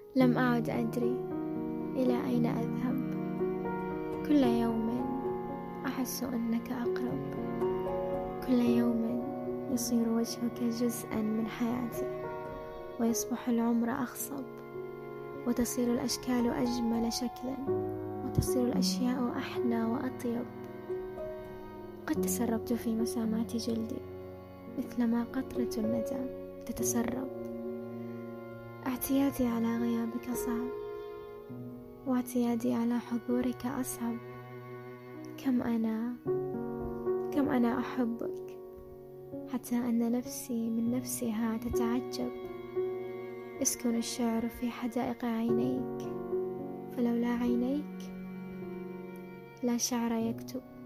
لم أعد أدري إلى أين أذهب. كل يوم أحس أنك أقرب، كل يوم يصير وجهك جزءا من حياتي، ويصبح العمر أخصب، وتصير الأشكال أجمل شكلا، وتصير الأشياء أحلى وأطيب. قد تسربت في مسامات جلدي مثلما قطرة الندى تتسرب. اعتيادي على غيابك صعب، واعتيادي على حضورك أصعب. كم أنا أحبك، حتى أن نفسي من نفسها تتعجب. يسكن الشعر في حدائق عينيك، فلولا عينيك لا شعر يكتب.